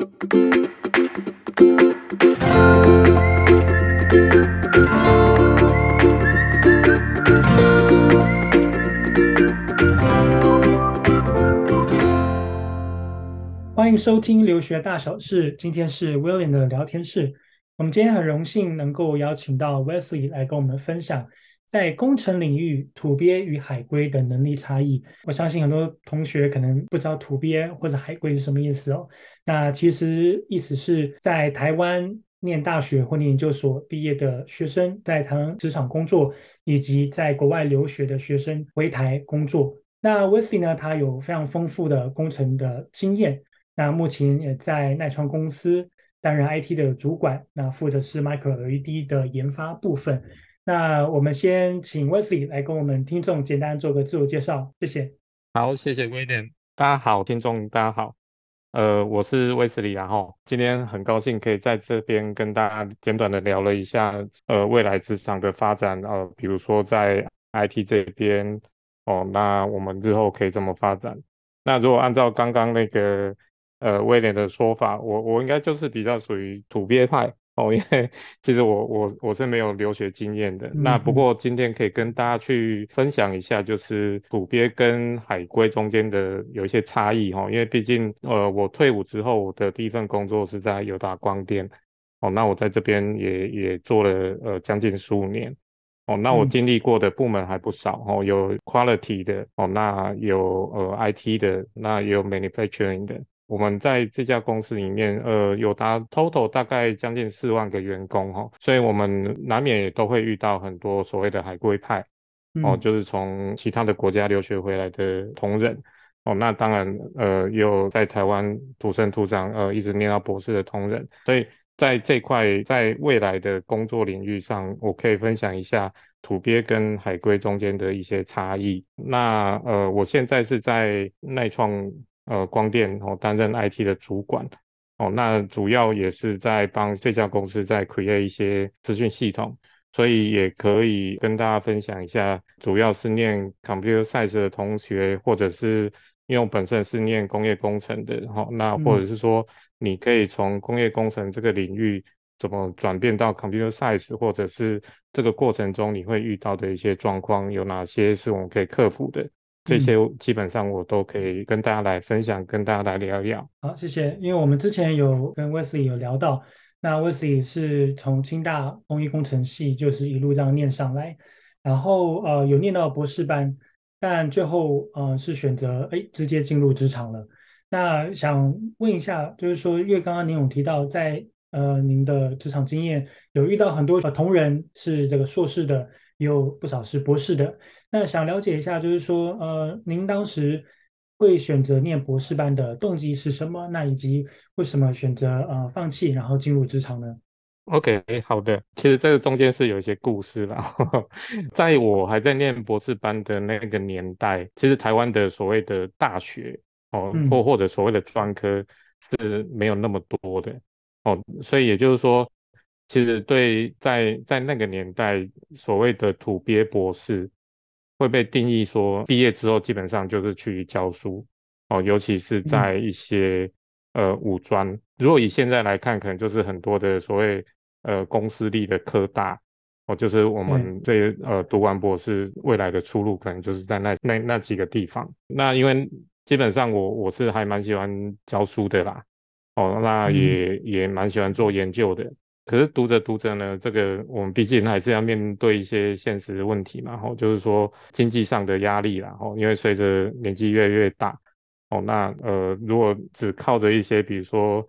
欢迎收听留学大小事，今天是 William 的聊天室。我们今天很荣幸能够邀请到 Wesley 来跟我们分享在工程领域土鳖与海龟的能力差异。我相信很多同学可能不知道土鳖或者海龟是什么意思哦。那其实意思是在台湾念大学或念研究所毕业的学生，在台湾职场工作，以及在国外留学的学生回台工作。那 Wesley 呢，他有非常丰富的工程的经验。那目前也在耐创公司担任 IT 的主管，那负责是 Micro LED 的研发部分。那我们先请 Wesley 来跟我们听众简单做个自我介绍，谢谢。 好，谢谢威廉。大家好，听众大家好，我是威斯利，然后今天很高兴可以在这边跟大家简短的聊了一下，未来职场的发展，比如说在 IT 这边，那我们日后可以怎么发展？那如果按照刚刚那个威廉的说法，我应该就是比较属于土鳖派。因为其实我是没有留学经验的，那不嗯嗯过今天可以跟大家去分享一下，就是土鳖跟海龟中间的有一些差异因为毕竟我退伍之后，我的第一份工作是在友达光电，那我在这边也做了将近15年。那我嗯经历过的部门还不少有 quality 的那有IT 的，那也有 manufacturing 的。我们在这家公司里面，有达 total 大概将近4万个员工所以我们难免也都会遇到很多所谓的海归派嗯就是从其他的国家留学回来的同仁那当然也有在台湾土生土长一直念到博士的同仁，所以在这块在未来的工作领域上，我可以分享一下土鳖跟海龟中间的一些差异。那我现在是在耐创光电担任 IT 的主管那主要也是在帮这家公司在 create 一些资讯系统，所以也可以跟大家分享一下，主要是念 computer science 的同学，或者是因为我本身是念工业工程的那或嗯者是说你可以从工业工程这个领域怎么转变到 computer science，或者是这个过程中你会遇到的一些状况有哪些是我们可以克服的。这些嗯。 基本上我都可以跟大家来分享，跟大家来聊一聊。 好，谢谢。因为我们之前有跟 Wesley 有聊到，那 Wesley 是从清大工艺工程系，就是一路这样念上来，然后有念到博士班，但最后是选择直接进入职场了。那想问一下，就是说，因为刚刚您有提到在您的职场经验有遇到很多同仁是这个硕士的，也有不少是博士的。那想了解一下，就是说，您当时会选择念博士班的动机是什么？那以及为什么选择放弃，然后进入职场呢？ OK，好的。其实这个中间是有一些故事啦。在我还在念博士班的那个年代，其实台湾的所谓的大学嗯或者所谓的专科是没有那么多的所以也就是说，其实在那个年代，所谓的土鳖博士会被定义说，毕业之后基本上就是去教书尤其是嗯在一些五专，如果以现在来看，可能就是很多的所谓公私立的科大就是我对， 们这些读完博士未来的出路，可能就是在那几个地方。那因为基本上我是还蛮喜欢教书的啦，那嗯也蛮喜欢做研究的。可是读着读着呢，这个我们毕竟还是要面对一些现实的问题嘛，就是说经济上的压力啦，因为随着年纪越来越大，那如果只靠着一些比如说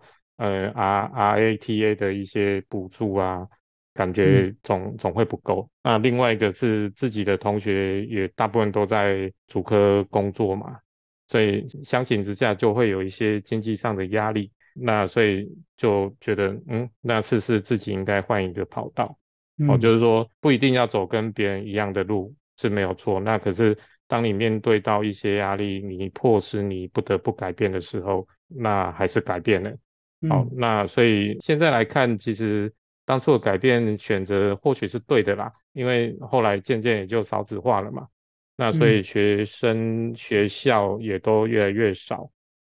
RATA 的一些补助啊，感嗯觉总会不够。那另外一个是自己的同学也大部分都在主科工作嘛，所以相形之下就会有一些经济上的压力。那所以就觉得，那是自己应该换一个跑道。 嗯就是说不一定要走跟别人一样的路是没有错。那可是当你面对到一些压力，你迫使你不得不改变的时候，那还是改变了。好， 嗯那所以现在来看，其实当初的改变选择或许是对的啦，因为后来渐渐也就少子化了嘛。那所嗯以学生学校也都越来越少。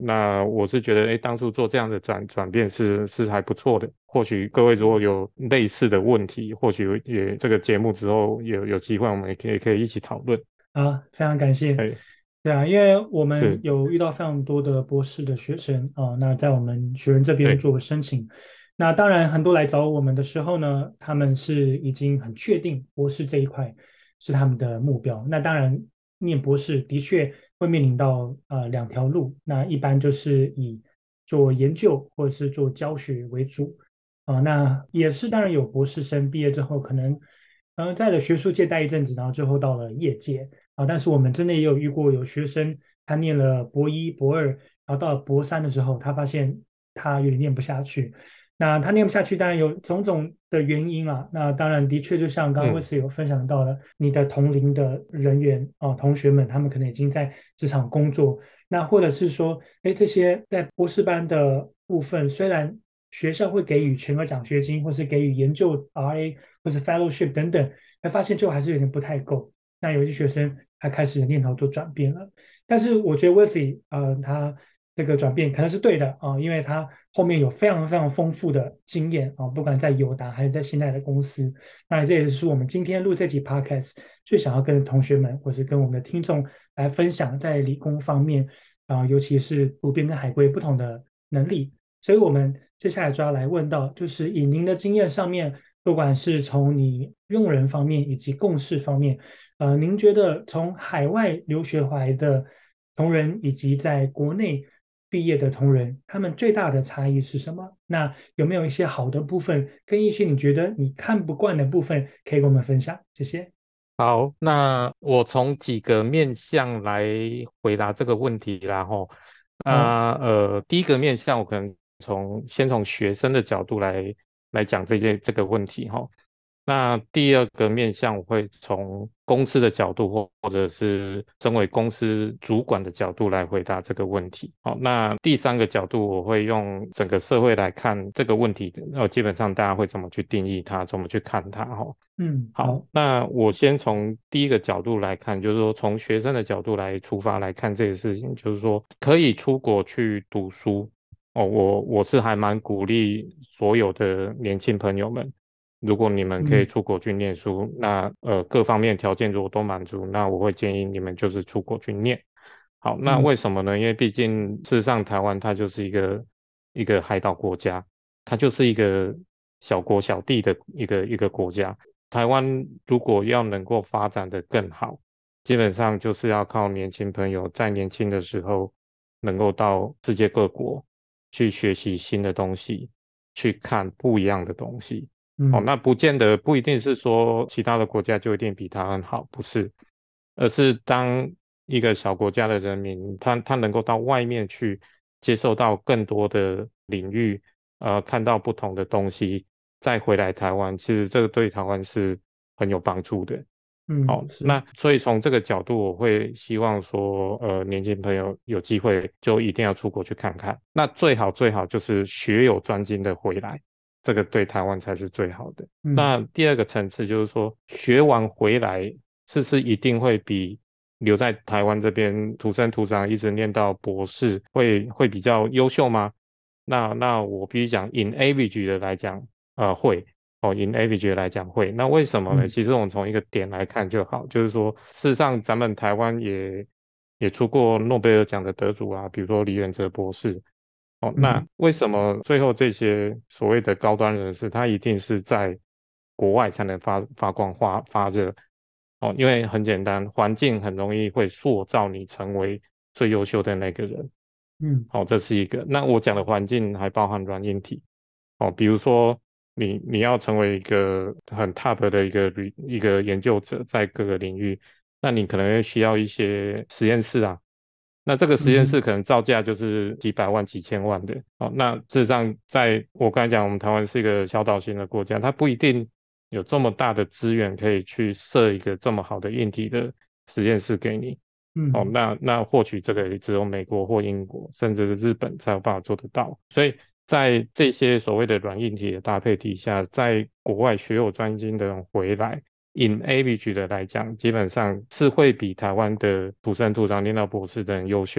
那我是觉得，当初做这样的转变是还不错的。或许各位如果有类似的问题，或许也这个节目之后有机会，我们也可以一起讨论。 好，非常感谢。 哎， 对啊，因为我们是， 有遇到非常多的博士的学生啊，那在我们学院这边对， 做申请，那当然很多来找我们的时候呢，他们是已经很确定博士这一块是他们的目标。那当然，念博士的确会面临到两条路，那一般就是以做研究或者是做教学为主啊，那也是当然有博士生毕业之后可能在了学术界待一阵子，然后最后到了业界。啊，但是我们真的也有遇过有学生，他念了博一、博二，然后到了博三的时候，他发现他有点念不下去。那他念不下去，当然有种种的原因啦。那当然，的确就像刚刚威嗯， 斯有分享到的，你的同龄的人员啊，同学们，他们可能已经在职场工作，那或者是说，哎，这些在博士班的部分，虽然学校会给予全额奖学金，或是给予研究 RA 或是 fellowship 等等，才发现最后还是有点不太够。那有些学生他开始念头做转变了，但是我觉得 Wesley 他这个转变可能是对的因为他后面有非常非常丰富的经验不管在友达还是在现在的公司，那这也是我们今天录这集 Podcast 最想要跟同学们或是跟我们的听众来分享在理工方面尤其是普遍跟海归不同的能力，所以我们接下来就要来问到，就是以您的经验上面，不管是从你用人方面以及共事方面。您觉得从海外留学回来的同仁以及在国内毕业的同仁，他们最大的差异是什么？那有没有一些好的部分，跟一些你觉得你看不惯的部分，可以跟我们分享？谢谢。 好，那我从几个面向来回答这个问题啦吼。 好， 第一个面向我可能先从学生的角度来讲这个问题哈。那第二个面向我会从公司的角度或者是身为公司主管的角度来回答这个问题。好，那第三个角度我会用整个社会来看这个问题，基本上大家会怎么去定义它，怎么去看它哈。 嗯， 好， 好， 那我先从第一个角度来看，就是说从学生的角度来出发来看这个事情，就是说可以出国去读书哦，我是还蛮鼓励所有的年轻朋友们，如果你们可以嗯出国去念书，那各方面条件如果都满足，那我会建议你们就是出国去念。好，那嗯为什么呢？因为毕竟事实上台湾它就是一个海岛国家，它就是一个小国小地的一个国家。台湾如果要能够发展的更好，基本上就是要靠年轻朋友在年轻的时候能够到世界各国去学习新的东西，去看不一样的东西。哦， 嗯那不一定是说其他的国家就一定比它很好，不是，而是当一个小国家的人民，他能够到外面去接受到更多的领域，看到不同的东西，再回来台湾，其实这个对台湾是很有帮助的。 嗯， 好， 是， 那所以从这个角度，我会希望说，年轻朋友有机会就一定要出国去看看。那最好就是学有专精的回来，这个对台湾才是最好的。 嗯那第二个层次就是说，学完回来是一定会比留在台湾这边土生土长一直念到博士会比较优秀吗？那我必须讲，in average 的来讲，会。哦，in average 来讲会，那为什么呢？ 嗯其实我们从一个点来看就好，就是说，事实上咱们台湾也出过诺贝尔奖的得主啊，比如说李远哲博士。哦，那嗯为什么最后这些所谓的高端人士，他一定是在国外才能发光发热？哦，因为很简单，环境很容易会塑造你成为最优秀的那个人。 嗯好，这是一个。那我讲的环境还包含软硬体。哦，比如说你要成为一个很 top 的一个研究者，在各个领域，那你可能会需要一些实验室啊。那这个实验室嗯可能造价就是几百万、几千万的。哦，那事实上，在我刚才讲，我们台湾是一个小岛型的国家，它不一定有这么大的资源可以去设一个这么好的硬体的实验室给你。哦， 嗯那或许这个只有美国或英国，甚至是日本才有办法做得到。所以在这些所谓的软硬体的搭配底下，在国外学有专精的人回来，in average 的来讲，基本上是会比台湾的土生土长念到博士的人优秀。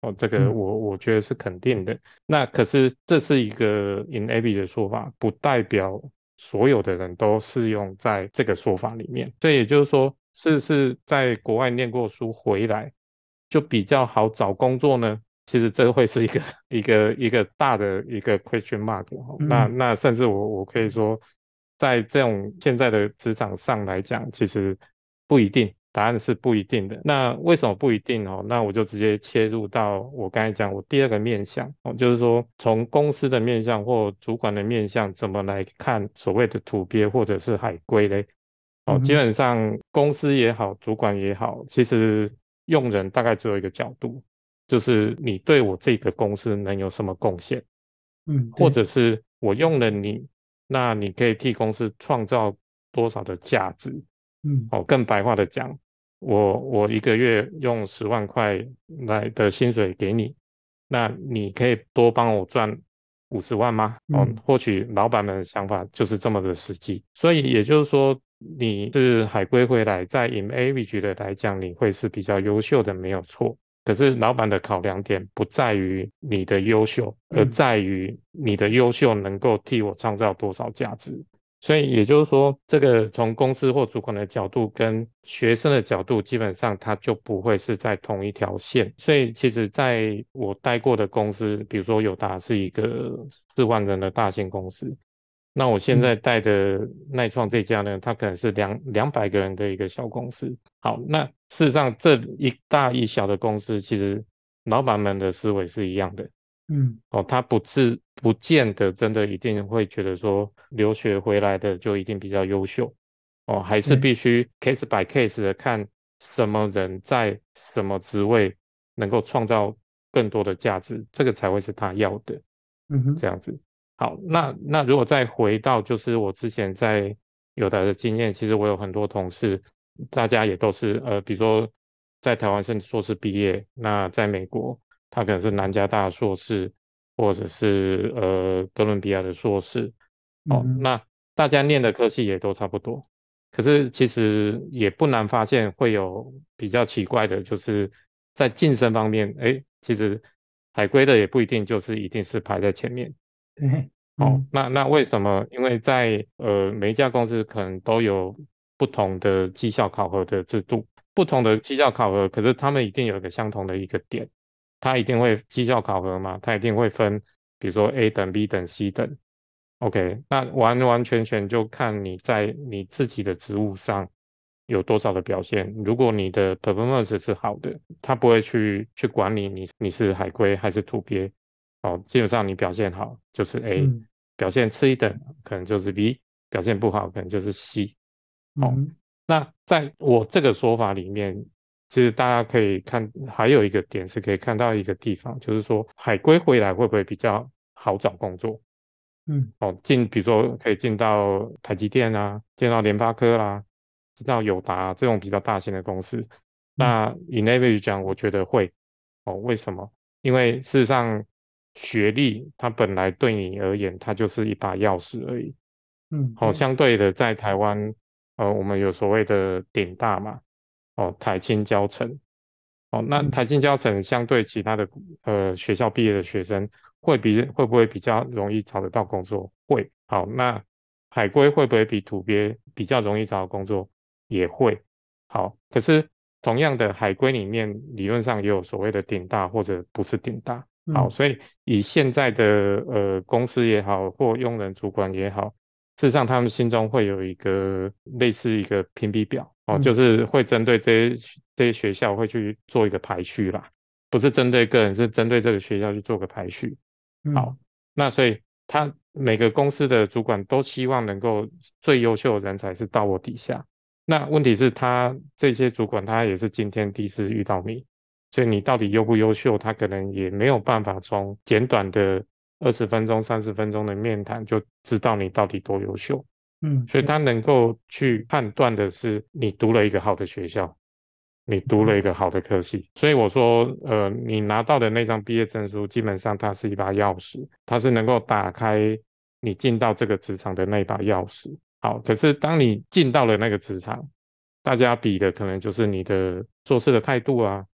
这个嗯我觉得是肯定的。那可是这是一个 enable 的说法，不代表所有的人都适用在这个说法里面。所以也就是说，是在国外念过书回来就比较好找工作呢？其实这会是一个一个大的一个 question mark 哦。那嗯那甚至我可以说，在这种现在的职场上来讲，其实不一定，答案是不一定的。那为什么不一定哦？那我就直接切入到我刚才讲我第二个面向哦，就是说从公司的面向或主管的面向，怎么来看所谓的土鳖或者是海归嘞？哦，基嗯本上公司也好，主管也好，其实用人大概只有一个角度，就是你对我这个公司能有什么贡献， 嗯，对， 或者是我用了你，那你可以替公司创造多少的价值。 嗯哦，更白话的讲，我一个月用10万块来的薪水给你，那你可以多帮我赚50万吗？哦， 嗯或许老板们的想法就是这么的实际，所以也就是说，你是海归回来，在 in average 的来讲，你会是比较优秀的，没有错。可是老板的考量点不在于你的优秀，而嗯在于你的优秀能够替我创造多少价值。所以也就是说，这个从公司或主管的角度跟学生的角度，基本上它就不会是在同一条线。所以其实在我待过的公司，比如说友达是一个4万人的大型公司，那我现嗯在带的耐创这家呢，它可能是200个人的一个小公司。好，那事实上这一大一小的公司，其实老板们的思维是一样的。 嗯哦，他不见得真的一定会觉得说留学回来的就一定比较优秀。哦，还是对， 必须 case by case 的看什么人在什么职位能够创造更多的价值，这个才会是他要的。 嗯哼， 这样子。好，那如果再回到就是我之前在有的经验，其实我有很多同事，大家也都是比如说在台湾是硕士毕业，那在美国他可能是南加大硕士，或者是哥伦比亚的硕士。哦， 嗯哼， 那大家念的科系也都差不多，可是其实也不难发现会有比较奇怪的，就是在晋升方面，诶，其实海归的也不一定就是一定是排在前面。 对， 哦， 嗯那为什么？因为在每一家公司可能都有不同的绩效考核的制度，不同的绩效考核，可是他们一定有一个相同的一个点，他一定会绩效考核嘛，他一定会分，比如说 A 等、B 等、C 等。OK，那完完全全就看你在你自己的职务上有多少的表现。如果你的 performance 是好的，他不会去管你是海归还是土鳖。哦，基本上你表现好就是 A， 嗯表现次一等可能就是 B，表现不好可能就是 C。哦， 嗯哼， 那在我这个说法里面，其实大家可以看，还有一个点是可以看到一个地方，就是说海归回来会不会比较好找工作？ 嗯哦，比如说可以进到台积电啊，进到联发科啦，进到友达这种比较大型的公司。 嗯那以 Navy 讲，我觉得会。哦，为什么？因为事实上学历它本来对你而言，它就是一把钥匙而已。 嗯， 哦， 对， 相对的，在台湾，我们有所谓的顶大嘛，哦，台清交成。哦，那嗯台清交成相对其他的学校毕业的学生，会不会比较容易找得到工作？会。好，那海归会不会比土鳖比较容易找到工作？也会。好，可是同样的海归里面，理论上也有所谓的顶大或者不是顶大。好， 嗯所以以现在的公司也好，或用人主管也好，事实上他们心中会有一个类似一个评比表哦，就嗯是会针对这些学校会去做一个排序啦，不是针对个人，是针对这个学校去做个排序。好， 嗯那所以他每个公司的主管都希望能够最优秀的人才是到我底下。那问题是，他这些主管他也是今天第一次遇到你，所以你到底优不优秀，他可能也没有办法从简短的20分钟、30分钟的面谈就知道你到底多优秀。 嗯，对， 所以他能够去判断的是你读了一个好的学校，你读了嗯一个好的科系。所以我说，你拿到的那张毕业证书，基本上它是一把钥匙，它是能够打开你进到这个职场的那一把钥匙。好，可是当你进到了那个职场，大家比的可能就是你的做事的态度啊，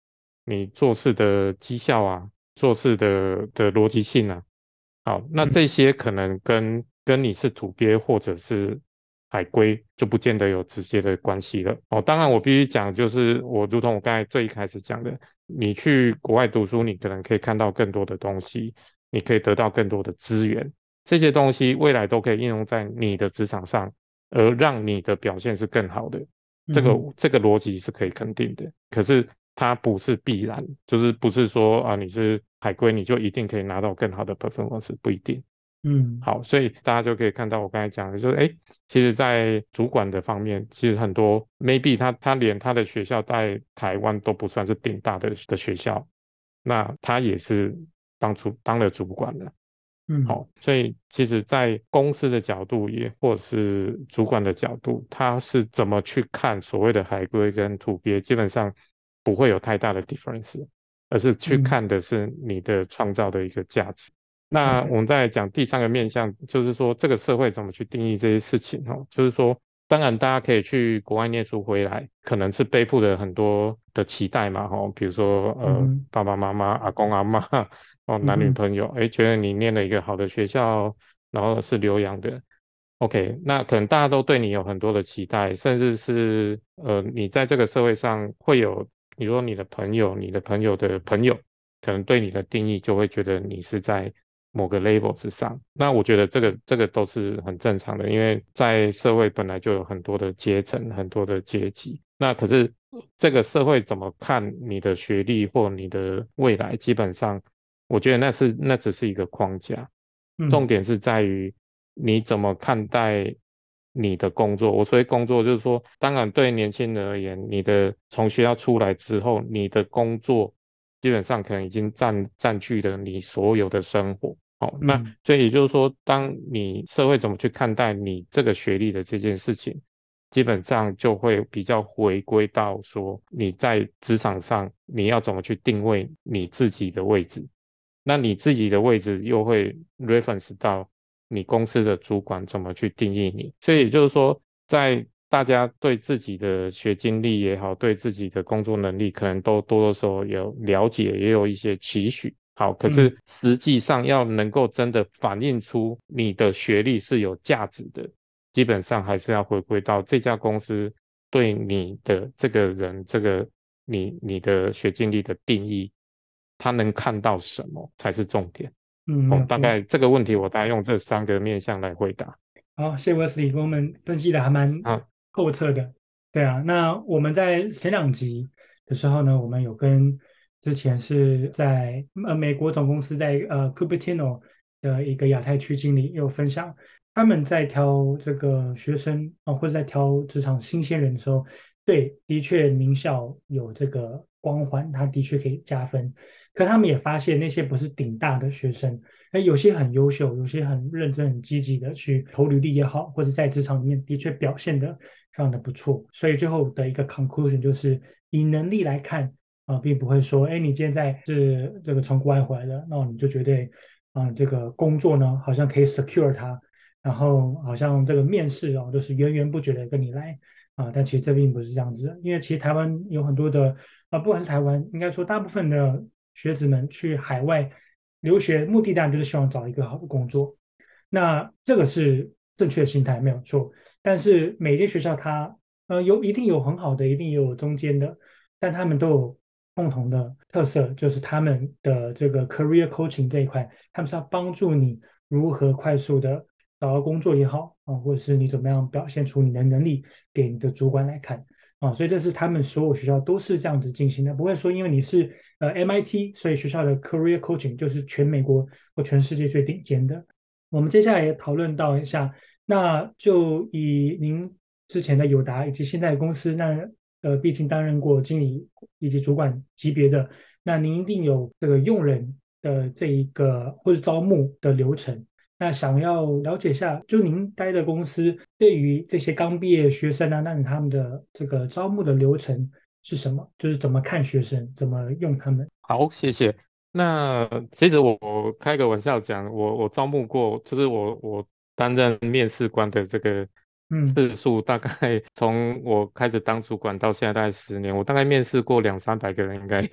你做事的绩效啊，做事的逻辑性啊。好，那嗯这些可能跟你是土鳖或者是海归就不见得有直接的关系了。哦，当然我必须讲，就是我如同我刚才最一开始讲的，你去国外读书，你可能可以看到更多的东西，你可以得到更多的资源，这些东西未来都可以应用在你的职场上，而让你的表现是更好的。 嗯这个逻辑是可以肯定的，可是它不是必然，就是不是说啊你是海归你就一定可以拿到更好的 performance，不一定。 嗯好，所以大家就可以看到我刚才讲的，就是哎，其实，在主管的方面，其实很多 maybe 他连他的学校在台湾都不算是顶大的学校，那他也是当了主管了。 嗯好，所以其实，在公司的角度也或是主管的角度，他是怎么去看所谓的海归跟土鳖，基本上不会有太大的 difference，而是去嗯看的是你的创造的一个价值。那 ，OK， 我们再讲第三个面向，就是说这个社会怎么去定义这些事情哦，就是说，当然大家可以去国外念书回来，可能是背负了很多的期待嘛，哦，比如说嗯哼爸爸妈妈、阿公阿嬷哦男女嗯哼朋友，哎觉得你念了一个好的学校，然后是留洋的，OK，那可能大家都对你有很多的期待，甚至是你在这个社会上会有，比如说你的朋友、你的朋友的朋友。可能对你的定义就会觉得你是在某个 level 之上。那我觉得这个都是很正常的，因为在社会本来就有很多的阶层、很多的阶级。那可是这个社会怎么看你的学历或你的未来，基本上我觉得那只是一个框架，重嗯点是在于你怎么看待你的工作。我所谓工作就是说，当然对年轻人而言，你的从学校出来之后，你的工作基本上可能已经占据了你所有的生活。哦，那嗯所以也就是说，当你社会怎么去看待你这个学历的这件事情，基本上就会比较回归到说你在职场上你要怎么去定位你自己的位置。那你自己的位置又会 reference 到你公司的主管怎么去定义你，所以也就是说，在大家对自己的学经历也好，对自己的工作能力可能都多多少少有了解，也有一些期许。好，可嗯是实际上要能够真的反映出你的学历是有价值的，基本上还是要回归到这家公司对你的这个人，这个你的学经历的定义，他能看到什么才是重点。 嗯，没哦， 有错。 大概这个问题我大概用这三个面向来回答。 好，谢谢 Wesley 给我们分析的还蛮啊， 透彻的。对啊，那我们在前两集的时候呢，我们有跟之前是在美国总公司在Cupertino 的一个亚太区经理有分享，他们在挑这个学生或者在挑职场新鲜人的时候，对，的确名校有这个光环，他的确可以加分。可他们也发现那些不是顶大的学生。那有些很优秀，有些很认真、很积极的去投履历也好，或者在职场里面的确表现的非常的不错。所以最后的一个 conclusion 就是以能力来看并不会说，哎，你今天是这个从国外回来的，那你就绝对这个工作呢好像可以 secure 它，然后好像这个面试都是源源不绝的跟你来但其实这并不是这样子的，因为其实台湾有很多的不管是台湾，应该说大部分的学子们去海外留学，目的当然就是希望找一个好的工作。那这个是正确的心态，没有错。但是每间学校它一定有很好的，一定有中间的，但他们都有共同的特色，就是他们的这个 career coaching 这一块，他们是要帮助你如何快速的找到工作也好或者是你怎么样表现出你的能力给你的主管来看。所以这是他们所有学校都是这样子进行的，不会说因为你是MIT，所以学校的 career coaching 就是全美国或全世界最顶尖的。我们接下来也讨论到一下，那就以您之前的友达以及现在的公司，那毕竟担任过经理以及主管级别的，那您一定有这个用人的这一个或者招募的流程。那想要了解一下，就您待的公司对于这些刚毕业学生那他们的这个招募的流程是什么？就是怎么看学生，怎么用他们？ 好，谢谢。那其实我开个玩笑讲，我招募过，就是我担任面试官的这个嗯次数，大概从我开始当主管到现在大概10年，我大概面试过200-300个人应该有。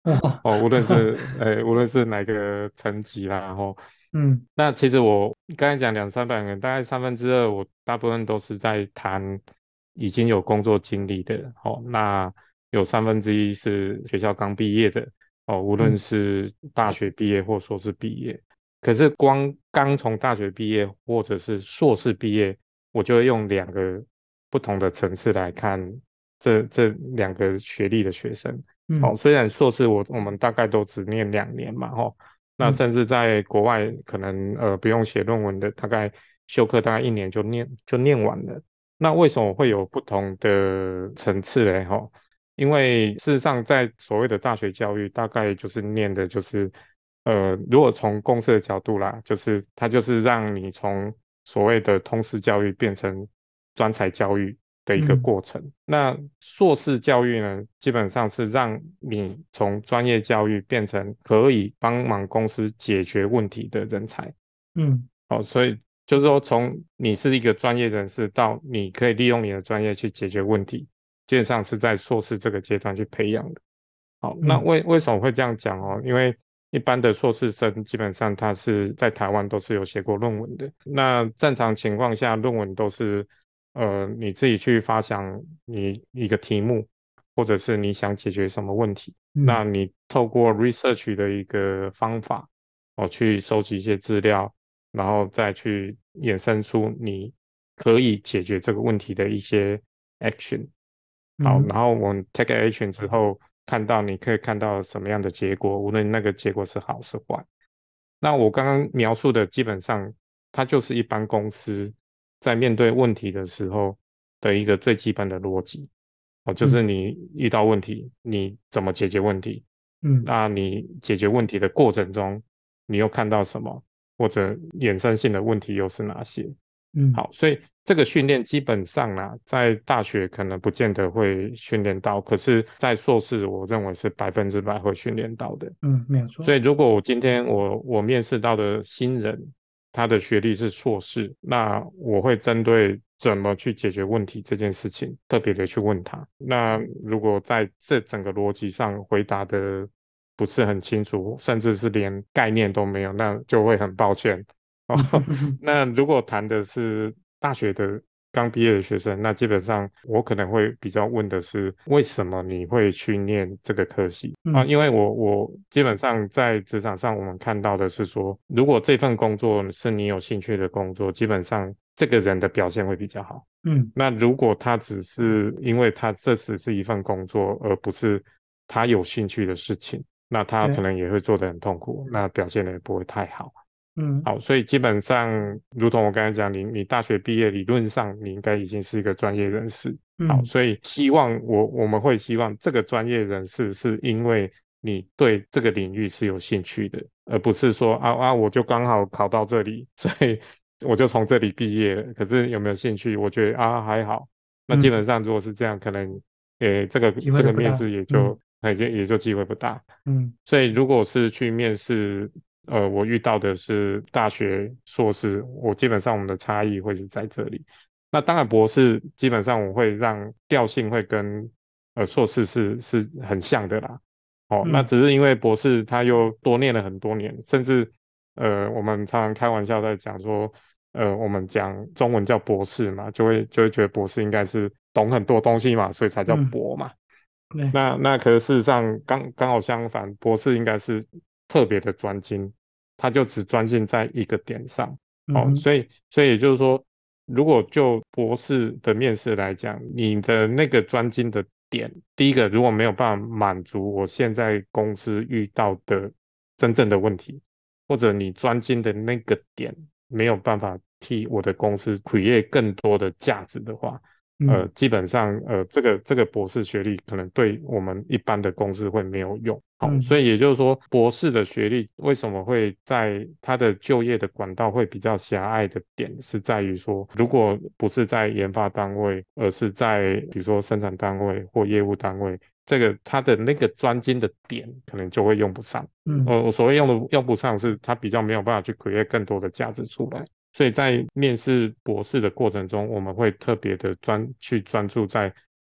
哇， 哦，无论是哪个层级啦，然后嗯那其实我刚才讲两三百人，大概2/3，我大部分都是在谈已经有工作经历的，哦，那有1/3是学校刚毕业的，哦，无论嗯是大学毕业或硕士毕业，可是光刚从大学毕业或者是硕士毕业，我就会用2个不同的层次来看这2个学历的学生。哦， 嗯虽然硕士我们大概都只念2年嘛，哦，那嗯甚至在国外可能不用写论文的，大概修课大概1年就念完了。那为什么会有不同的层次嘞？哈，因为事实上在所谓的大学教育，大概就是念的就是如果从公司的角度啦，就是它就是让你从所谓的通识教育变成专才教育的一个嗯过程。那硕士教育呢，基本上是让你从专业教育变成可以帮忙公司解决问题的人才。 嗯哦，所以就是说，从你是一个专业人士到你可以利用你的专业去解决问题，基本上是在硕士这个阶段去培养的。好，那嗯为什么会这样讲哦？因为一般的硕士生基本上他是在台湾都是有写过论文的。那正常情况下，论文都是你自己去发想你一个题目，或者是你想解决什么问题， 嗯那你透过 research 的一个方法，去收集一些资料，然后再去衍生出你可以解决这个问题的一些 action。好， 嗯然后我们 take action 之后，你可以看到什么样的结果，无论那个结果是好是坏。那我刚刚描述的基本上，它就是一般公司在面对问题的时候的一个最基本的逻辑。哦，就是嗯你遇到问题，你怎么解决问题？ 嗯那你解决问题的过程中，你又看到什么，或者衍生性的问题又是哪些？ 嗯好，所以这个训练基本上啦，在大学可能不见得会训练到，可是，在硕士我认为是100%会训练到的。 嗯，没有错。 所以如果我今天我面试到的新人，他的学历是硕士，那我会针对怎么去解决问题这件事情，特别的去问他。那如果在这整个逻辑上回答的不是很清楚，甚至是连概念都没有，那就会很抱歉。哦， 嗯哼哼哼那如果谈的是大学的刚毕业的学生，那基本上我可能会比较问的是，为什么你会去念这个科系啊？ 嗯因为我基本上在职场上，我们看到的是说，如果这份工作是你有兴趣的工作，基本上这个人的表现会比较好。 嗯， 那如果他只是因为他这只是一份工作，而不是他有兴趣的事情，那他可对， 能也会做得很痛苦，那表现的也不会太好。 嗯好，所以基本上，如同我刚才讲，你大学毕业，理论上你应该已经是一个专业人士。好， 嗯所以希望我们会希望这个专业人士是因为你对这个领域是有兴趣的，而不是说我就刚好考到这里，所以我就从这里毕业了。可是有没有兴趣？我觉得还好。那基本嗯， 上如果是这样，可能这个机会这个面都不大。 试也就嗯也就机会不大。 嗯所以如果是去面试，我遇到的是大学硕士，我基本上我们的差异会是在这里。那当然博士基本上我会让调性会跟硕士是很像的啦。哦，那嗯只是因为博士他又多念了很多年，甚至我们常常开玩笑在讲说，我们讲中文叫博士嘛，就会觉得博士应该是懂很多东西嘛，所以才叫嗯， 博嘛。 对， 那可是事实上刚好相反，博士应该是特别的专精，他就只专精在一个点上。哦， 嗯哼所以也就是说，如果就博士的面试来讲，你的那个专精的点，第一个如果没有办法满足我现在公司遇到的真正的问题，或者你专精的那个点没有办法替我的公司 create 更多的价值的话， 嗯基本上这个博士学历可能对我们一般的公司会没有用。好，所嗯以也就是说，博士的学历为什么会在他的就业的管道会比较狭隘的点，是在于说，如果不是在研发单位，而是在比如说生产单位或业务单位，这个他的那个专精的点可能就会用不上。 嗯我所谓用不上，是他比较没有办法去 create 更多的价值出来。所以在面试博士的过程中，我们会特别的专注在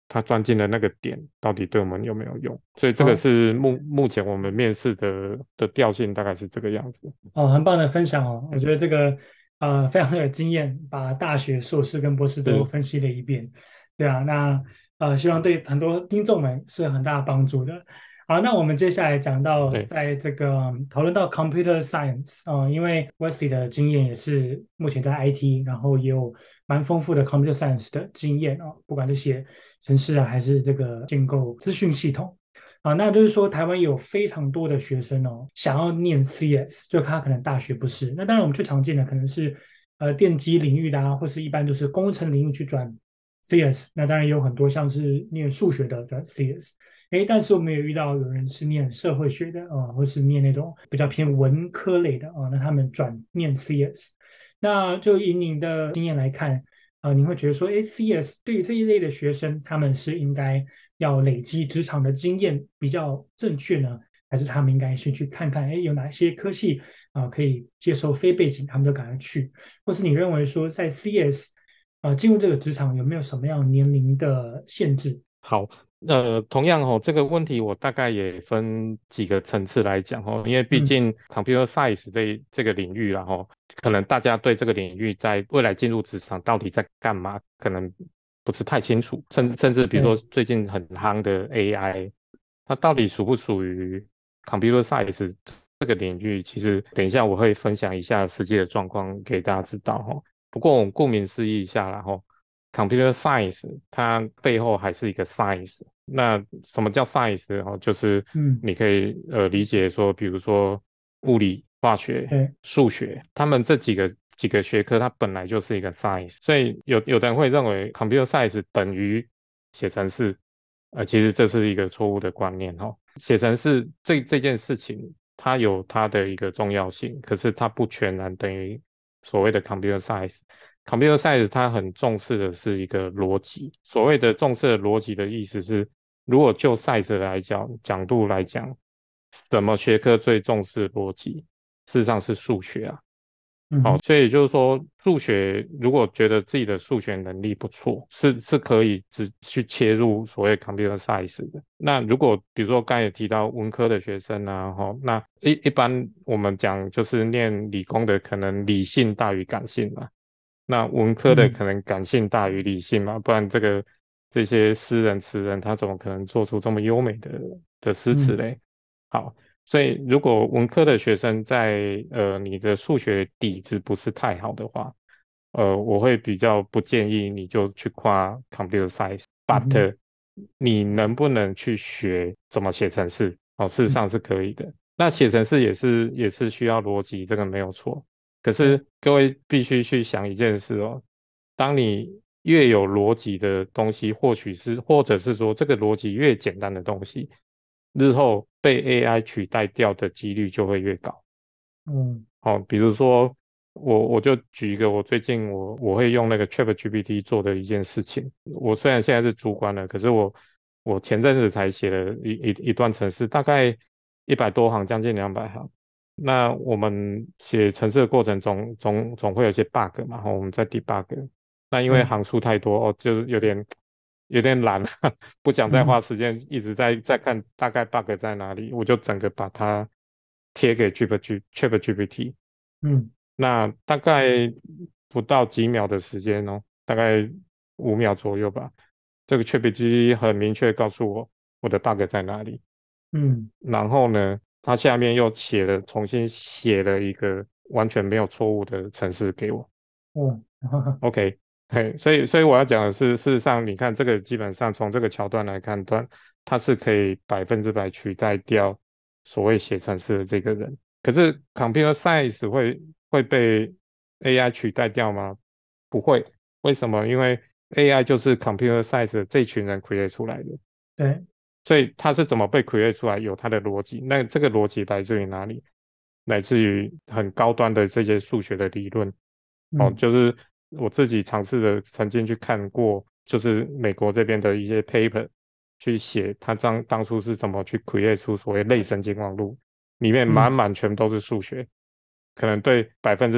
他钻进的那个点到底对我们有没有用。所以这个好。 是目前我们面试的调性大概是这个样子。 哦，很棒的分享哦，我觉得这个非常有经验，把大学、硕士跟博士都是， 分析了一遍。对啊，那希望对很多听众们是很大的帮助的。好，那我们接下来讲到， 对在这个讨论到 computer science 因为 Wesley 的经验也是目前在 IT，然后也有蛮丰富的 computer science 的经验哦，不管是写程式啊，还是这个建构资讯系统。那就是说台湾有非常多的学生哦，想要念 CS，就他可能大学不是。那当然我们最常见的可能是电机领域的啊，或是一般就是工程领域去转 CS。那当然也有很多像是念数学的转 CS。但是我们也遇到有人是念社会学的或是念那种比较偏文科类的那他们转念 CS。那就以您的经验来看，您会觉得说，CS 对于这一类的学生，他们是应该要累积职场的经验比较正确呢，还是他们应该先去看看，有哪些科系可以接受非背景，他们就赶快去，或是你认为说在 CS 进入这个职场有没有什么样年龄的限制？ 好。同样哦，这个问题我大概也分几个层次来讲哦，因为毕嗯， 竟 computer science 这个领域啦哦，可能大家对这个领域在未来进入职场到底在干嘛，可能不是太清楚，甚至比如说对， 最近很夯的 AI，它到底属不属于 computer science 这个领域？其实等一下我会分享一下实际的状况给大家知道哈。不过我们顾名思义一下啦哈，computer science 它背后还是一个 science。那什么叫 science 哦？就是嗯， 你可以理解说，比如说物理、化学、 对， 数学，他们这几个学科，它本来就是一个 science。所以有的人会认为 computer science 等于写程式，其实这是一个错误的观念哦。写程式这件事情，它有它的一个重要性，可是它不全然等于所谓的 computer science。computer science 它很重视的是一个逻辑，所谓的重视的逻辑的意思是，如果就 science 来讲角度来讲，什么学科最重视逻辑？事实上是数学啊。好， 嗯哼， 所以就是说，数学如果觉得自己的数学能力不错，是可以只去切入所谓 computer science 的。那如果比如说刚才也提到文科的学生啊，哈，那一般我们讲就是念理工的，可能理性大于感性嘛。那文科的嗯可能感性大于理性嘛，不然这些诗人词人他怎么可能做出这么优美的诗词嗯嘞？好。所以如果文科的学生在你的数学底子不是太好的话，我会比较不建议你就去跨 computer science。 嗯哼 But 你能不能去学怎么写程式？哦，事实嗯， 上是可以的。那写程式也是需要逻辑，这个没有错。可对， 是各位必须去想一件事哦，当你越有逻辑的东西，或者是说这个逻辑越简单的东西，日后被 AI 取代掉的几率就会越高。 嗯好，比如说我就举一个我最近我会用那个 ChatGPT 做的一件事情。我虽然现在是主管了，可是我前阵子才写了一段程式，大概100多行，将近200行。那我们写程式的过程总会有一些 bug 嘛，然后我们在 debug。那因为对， 行数太多哦，就是有点懒了，不想再花嗯哼时间一直在看大概 bug 在哪里，我就整个把它贴给 ChatGPT。 嗯那大概不到几秒的时间哦，大概5秒左右吧。这个 ChatGPT 很明确告诉我的 bug 在哪里， 嗯， 然后呢，它下面又重新写了一个完全没有错误的程式给我。 哦， OK。嘿，所以我要讲的是，事实上，你看这个基本上从这个桥段来看段，它是可以100%取代掉所谓写程式的这个人。可是 computer science 会被 AI 取代掉吗？不会。为什么？因为 AI 就是 computer science 这群人 create 出来的。 对， 所以它是怎么被 create 出来，有它的逻辑。那这个逻辑来自于哪里？来自于很高端的这些数学的理论。哦， 嗯就是我自己尝试的，曾经去看过，就是美国这边的一些 paper 去写，他当初是怎么去 create 出所谓类神经网络，里面满嗯满全都是数学。可能对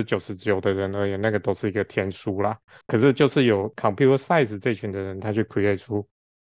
99%的人而言，那个都是一个天书啦。可是就是有 computer science 这群的人，他去 create 出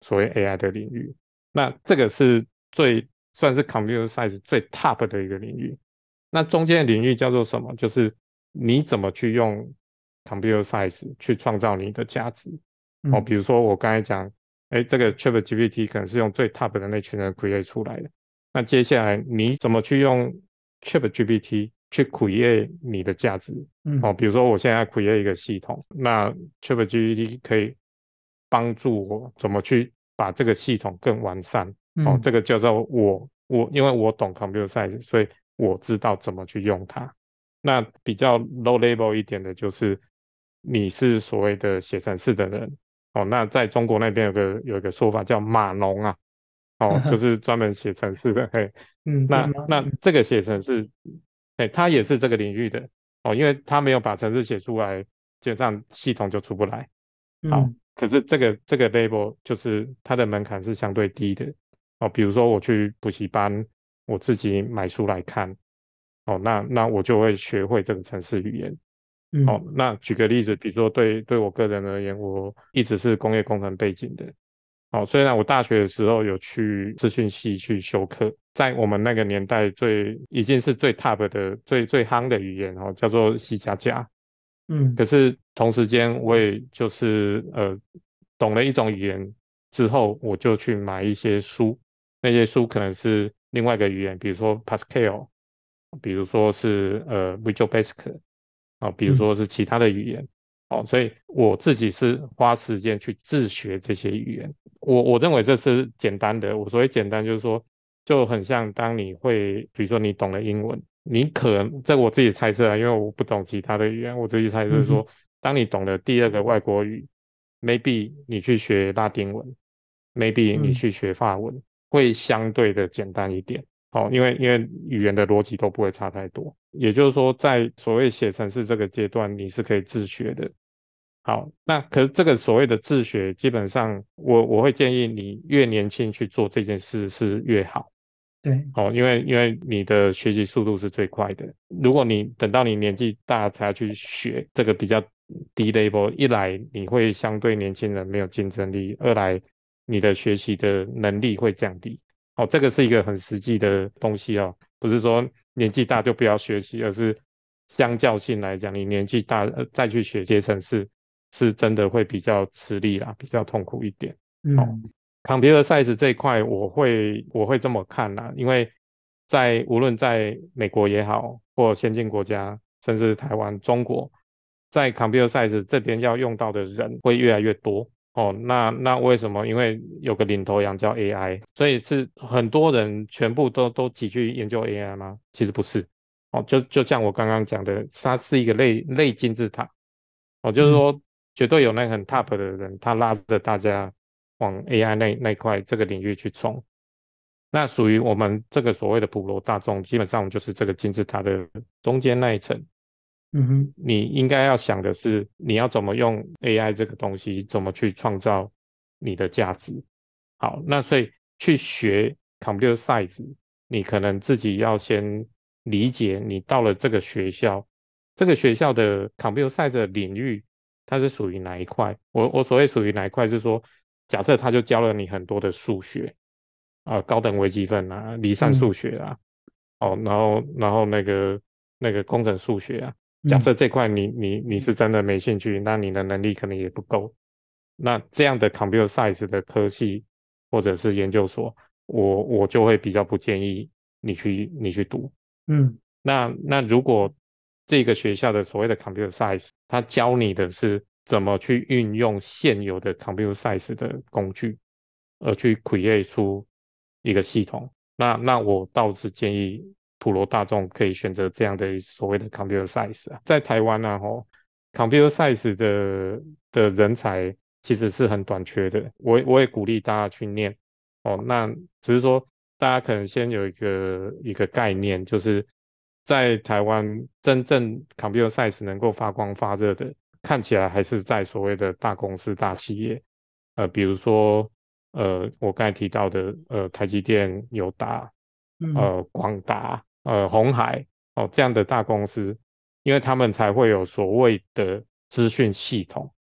所谓 AI 的领域。那这个是算是 computer science 最 top 的一个领域。那中间的领域叫做什么？就是你怎么去用 computer science 去创造你的价值。 嗯比如说我刚才讲，这个 ChatGPT 可能是用最 top 的那群人 create 出来的。那接下来你怎么去用 ChatGPT 去 create 你的价值？ 嗯比如说我现在 create 一个系统，那 ChatGPT 可以帮助我怎么去把这个系统更完善。 嗯这个叫做因为我懂 computer science，所以我知道怎么去用它。那比较 low level 一点的就是你是所谓的写程式的人。那在中国那边有一个说法叫码农啊。就是专门写程式的。嘿， 嗯，编码， 那这个写程式，他也是这个领域的。因为他没有把程式写出来，基本上系统就出不来。好， 嗯可是这个 label 就是它的门槛是相对低的。比如说我去补习班，我自己买书来看。那我就会学会这个程式语言。 嗯那举个例子，比如说对我个人而言，我一直是工业工程背景的。虽然我大学的时候有去资讯系去修课，在我们那个年代已经是最 top 的最夯的语言叫做 C 加加。 嗯可是同时间我也就是懂了一种语言之后，我就去买一些书，那些书可能是另外一个语言，比如说 Pascal，比如说是Visual Basic，比如嗯说是其他的语言。所以我自己是花时间去自学这些语言。我认为这是简单的。我所谓简单就是说，就很像当你会，比如说你懂了英文，你可能这我自己猜测啊，因为我不懂其他的语言，我自己猜测嗯哼是说，当你懂了第二个外国语，maybe 你去学拉丁文，maybe 你嗯去学法文，会相对的简单一点。因为语言的逻辑都不会差太多。也就是说，在所谓写程式这个阶段，你是可以自学的。好，那可是这个所谓的自学，基本上我会建议你越年轻去做这件事是越好。 对， 因为你的学习速度是最快的。如果你等到你年纪大才要去学这个比较低 level，一来你会相对年轻人没有竞争力，二来你的学习的能力会降低。这个是一个很实际的东西哦，不是说年纪大就不要学习，而是相较性来讲，你年纪大再去学阶层是真的会比较吃力啦，比较痛苦一点。哦。 嗯 Computer Science 这一块我会这么看啦。因为无论在美国也好，或先进国家，甚至台湾、中国，在 Computer Science 这边要用到的人会越来越多。那为什么？因为有个领头羊叫 AI，所以是很多人全部都挤去研究 AI 吗？其实不是。就像我刚刚讲的，它是一个类金字塔。就是嗯说绝对有那个很 top 的人，他拉着大家往 AI 那一块这个领域去冲。那属于我们这个所谓的普罗大众，基本上就是这个金字塔的中间那一层。 嗯哼你应该要想的是，你要怎么用 AI 这个东西，怎么去创造你的价值。好，那所以去学 Computer Science，你可能自己要先理解，你到了这个学校，这个学校的 Computer Science 的领域，它是属于哪一块？我所谓属于哪一块，是说，假设他就教了你很多的数学。高等微积分啊，离散嗯数学啊。然后那个工程数学啊。假嗯设这块你是真的没兴趣，那你的能力可能也不够。那这样的 computer science 的科系或者是研究所，我就会比较不建议你去读。 嗯那如果这个学校的所谓的 computer science，它教你的是怎么去运用现有的 computer science 的工具，而去 create 出一个系统。那我倒是建议普罗大众可以选择这样的所谓的 computer science 啊。在台湾呢，computer science 的人才其实是很短缺的。我也鼓励大家去念。那只是说大家可能先有一个概念，就是在台湾真正 computer science 能够发光发热的，看起来还是在所谓的大公司大企业。比如说我刚才提到的台积电、友达、 嗯广达、鸿海这样的大公司，因为他们才会有所谓的资讯系统。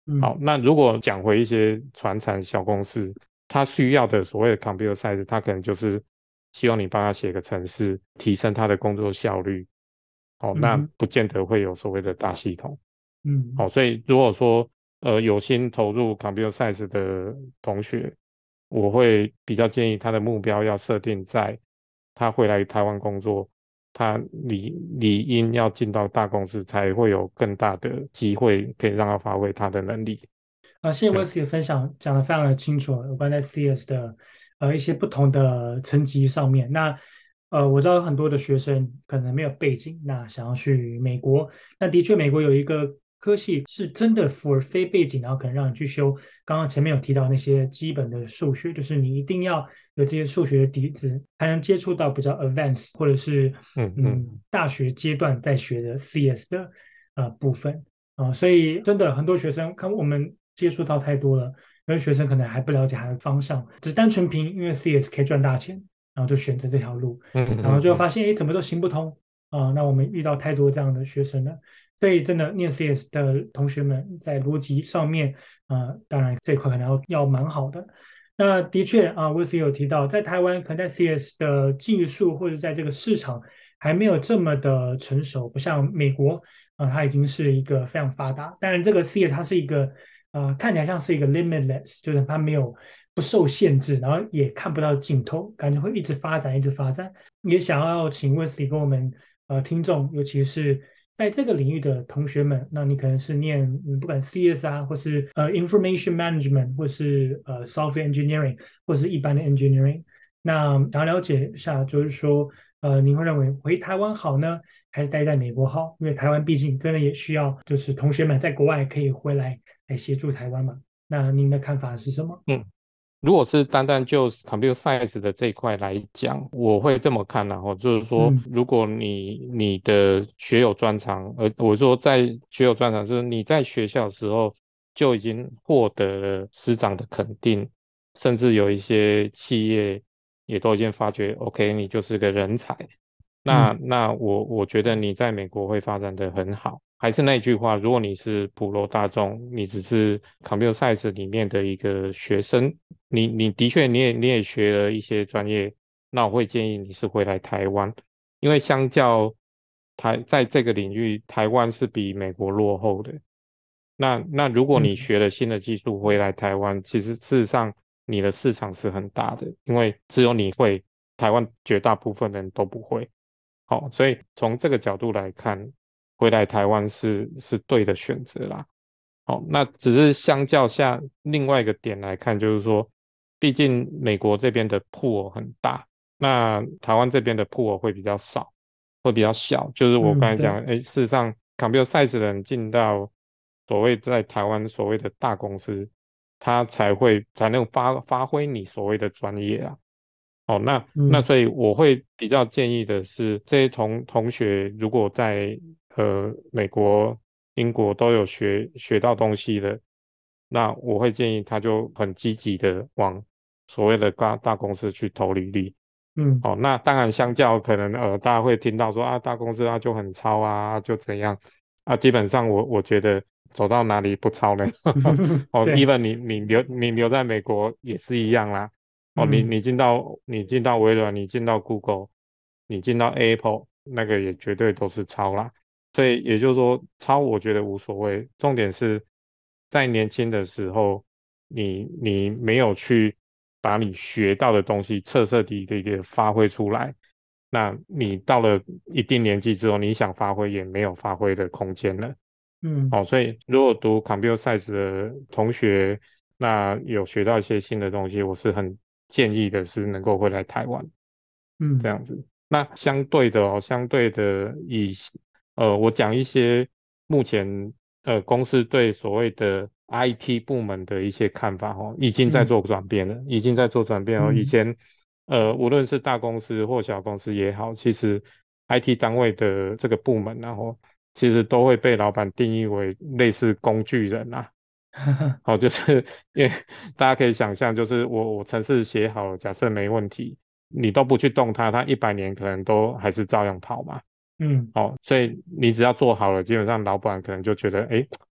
好， 嗯那如果讲回一些传产小公司，它需要的所谓的 computer science，它可能就是希望你帮他写个程式，提升他的工作效率。哦，那嗯哼不见得会有所谓的大系统。 嗯好，所以如果说有心投入 computer science 的同学，我会比较建议他的目标要设定在他回来台湾工作，他理应要进到大公司，才会有更大的机会可以让他发挥他的能力。 谢谢嗯 Wesley 的分享，讲得非常的清楚，有关在 CS 的一些不同的层级上面。那我知道有很多的学生可能没有背景，那想要去美国，那的确美国有一个科系是真的 for 非背景，然后可能让你去修。刚刚前面有提到那些基本的数学，就是你一定要有这些数学的底子，才能接触到比较 advanced 或者是嗯嗯大学阶段在学的 CS 的部分。所以真的很多学生看我们接触到太多了，有些学生可能还不了解他的方向，只单纯凭因为 CS 可以赚大钱，然后就选择这条路， 嗯然后嗯嗯就发现哎怎么都行不通那我们遇到太多这样的学生了，所以真的念 CS 的同学们在逻辑上面当然这一块可能要蛮好的。那的确威斯有提到，在台湾可能在 CS 的技术或者在这个市场还没有这么的成熟，不像美国它已经是一个非常发达。当然，这个 CS 它是一个看起来像是一个 limitless，就是它没有不受限制，然后也看不到尽头，感觉会一直发展，一直发展。也想要请 Wesley 跟我们听众，尤其是在这个领域的同学们，那你可能是念不管 CS 或是information management，或是software engineering，或是一般的 engineering，那想要了解一下，就是说您会认为回台湾好呢，还是待在美国好？因为台湾毕竟真的也需要，就是同学们在国外可以回来协助台湾嘛。那您的看法是什么？ 嗯。如果是单单就 computer science 的这一块来讲，我会这么看，然后就是说， 嗯如果你的学有专长，我说在学有专长是你在学校的时候就已经获得了师长的肯定，甚至有一些企业也都已经发觉，OK，你就是个人才。 嗯那我觉得你在美国会发展的很好。还是那句话，如果你是普罗大众，你只是 computer science 里面的一个学生，你的确你也学了一些专业，那我会建议你是回来台湾，因为相较在这个领域，台湾是比美国落后的。那如果你嗯学了新的技术回来台湾，其实事实上你的市场是很大的，因为只有你会，台湾绝大部分人都不会。好，所以从这个角度来看，回来台湾是对的选择啦。好，那只是相较下另外一个点来看，就是说，毕竟美国这边的 pool 很大，那台湾这边的 pool 会比较少，会比较小。就是我刚嗯，对， 才讲，事实上 computer science 的人进到所谓在台湾所谓的大公司，他才能发挥你所谓的专业啊。哦，那嗯所以我会比较建议的是，这些同学如果在美国、英国都有学到东西的，那我会建议他就很积极的往所谓的大公司去投履历。 嗯哦，那当然相较可能大家会听到说大公司就很超就怎样基本上我觉得走到哪里不超呢？哦对， ，even 你留在美国也是一样啦。哦，你嗯你进到你进到微软，你进到 Google，你进到 Apple，那个也绝对都是超啦。所以也就是说，超我觉得无所谓，重点是在年轻的时候，你没有去把你学到的东西彻底的一个发挥出来，那你到了一定年纪之后，你想发挥也没有发挥的空间了。 嗯哦，所以如果读 computer science 的同学，那有学到一些新的东西，我是很建议的是能够回来台湾这嗯样子。那相对的我讲一些目前公司对所谓的 IT 部门的一些看法已经在嗯做转变了，已经在做转变以嗯前无论是大公司或小公司也好，其实 IT 单位的这个部门其实都会被老板定义为类似工具人啊。好，就是因为大家可以想象，就是我程式写好了，假设没问题，你都不去动它，它100年可能都还是照样跑嘛。 嗯哦，所以你只要做好了，基本上老板可能就觉得，哎，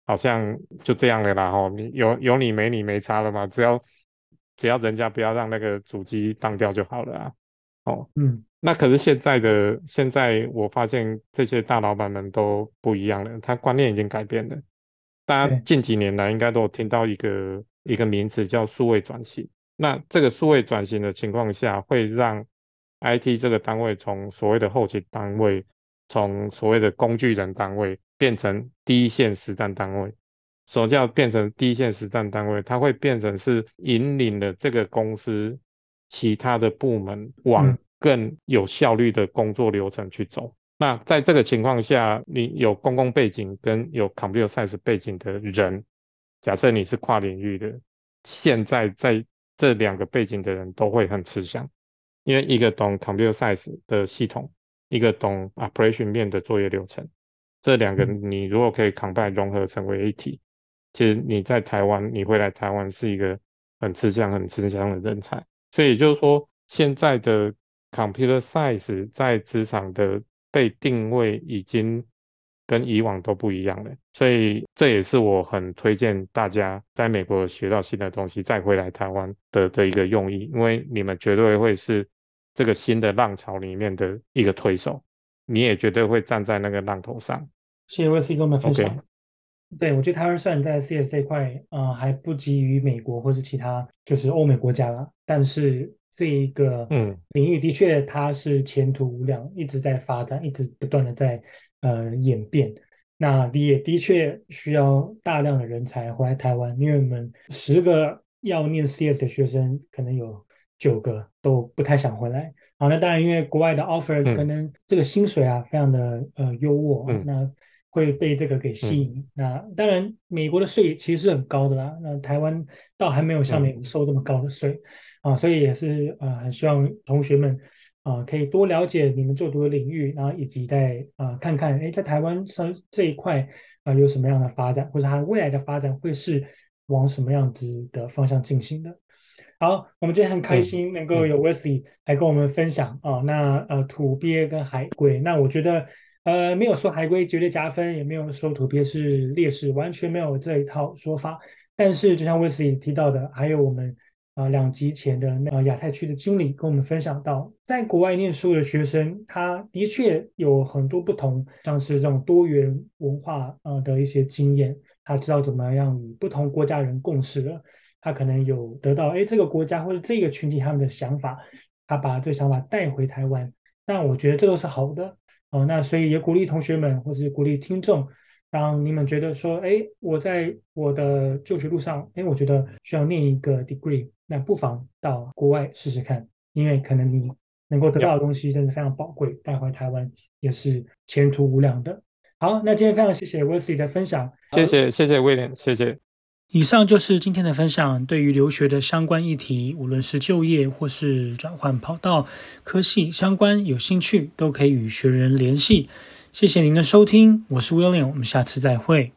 好像就这样了啦你有你没你没差了嘛，只要人家不要让那个主机当掉就好了啊。 嗯， 那可是现在我发现这些大老板们都不一样了，他观念已经改变了。大家对， 近几年来应该都有听到一个名词叫数位转型。那这个数位转型的情况下，会让 IT 这个单位从所谓的后勤单位，从所谓的工具人单位变成第一线实战单位。什么叫变成第一线实战单位？它会变成是引领了这个公司其他的部门往嗯更有效率的工作流程去走。那在这个情况下，你有公共背景跟有 computer science 背景的人，假设你是跨领域的，现在在这两个背景的人都会很吃香，因为一个懂 computer science 的系统，一个懂 operation 面的作业流程，这两个嗯， 你如果可以 combine 融合成为一体，其实你在台湾，你回来台湾是一个很吃香的人才。所以也就是说，现在的 computer science 在职场的被定位已经跟以往都不一样了。所以这也是我很推荐大家在美国学到新的东西，再回来台湾的一个用意，因为你们绝对会是这个新的浪潮里面的一个推手，你也绝对会站在那个浪头上。 谢谢 Wesley 跟我们分 OK， 享。对，我觉得台湾虽然在 CS 这一块，还不及于美国或是其他就是欧美国家啦，但是这一个嗯领域的确它是前途无量，一直在发展，一直不断的在演变。那也的确需要大量的人才回来台湾，因为我们10个要念 CS 的学生，可能有9个都不太想回来。好，那当然，因为国外的 offer 可嗯能这个薪水啊非常的优渥啊， 嗯那会被这个给吸嗯引。那当然，美国的税其实是很高的啦，那台湾倒还没有像嗯美国收这么高的税啊，所以也是很希望同学们可以多了解你们就读的领域，然后以及在看看哎在台湾上这一块有什么样的发展，或者它未来的发展会是往什么样子的方向进行的。好，我们今天很开嗯心能够嗯， 有 Wesley 来跟我们分享那土鳖跟海龟，那我觉得没有说海龟绝对加分，也没有说土鳖是劣势，完全没有这一套说法。但是就像 Wesley 提到的，还有我们2集前的亚太区的经理跟我们分享到，在国外念书的学生，他的确有很多不同，像是这种多元文化的一些经验，他知道怎么样与不同国家人共事了。他可能有得到这个国家或者这个群体他们的想法，他把这个想法带回台湾，那我觉得这都是好的那所以也鼓励同学们或者是鼓励听众，当你们觉得说，我在我的就学路上，我觉得需要念一个 degree，那不妨到国外试试看，因为可能你能够得到要的东西真的非常宝贵，带回台湾也是前途无量的。好，那今天非常谢谢 Wesley 的分享。 谢谢威廉，谢谢。 以上就是今天的分享。对于留学的相关议题，无论是就业或是转换跑道、科系相关有兴趣，都可以与学人联系。谢谢您的收听，我是 William，我们下次再会。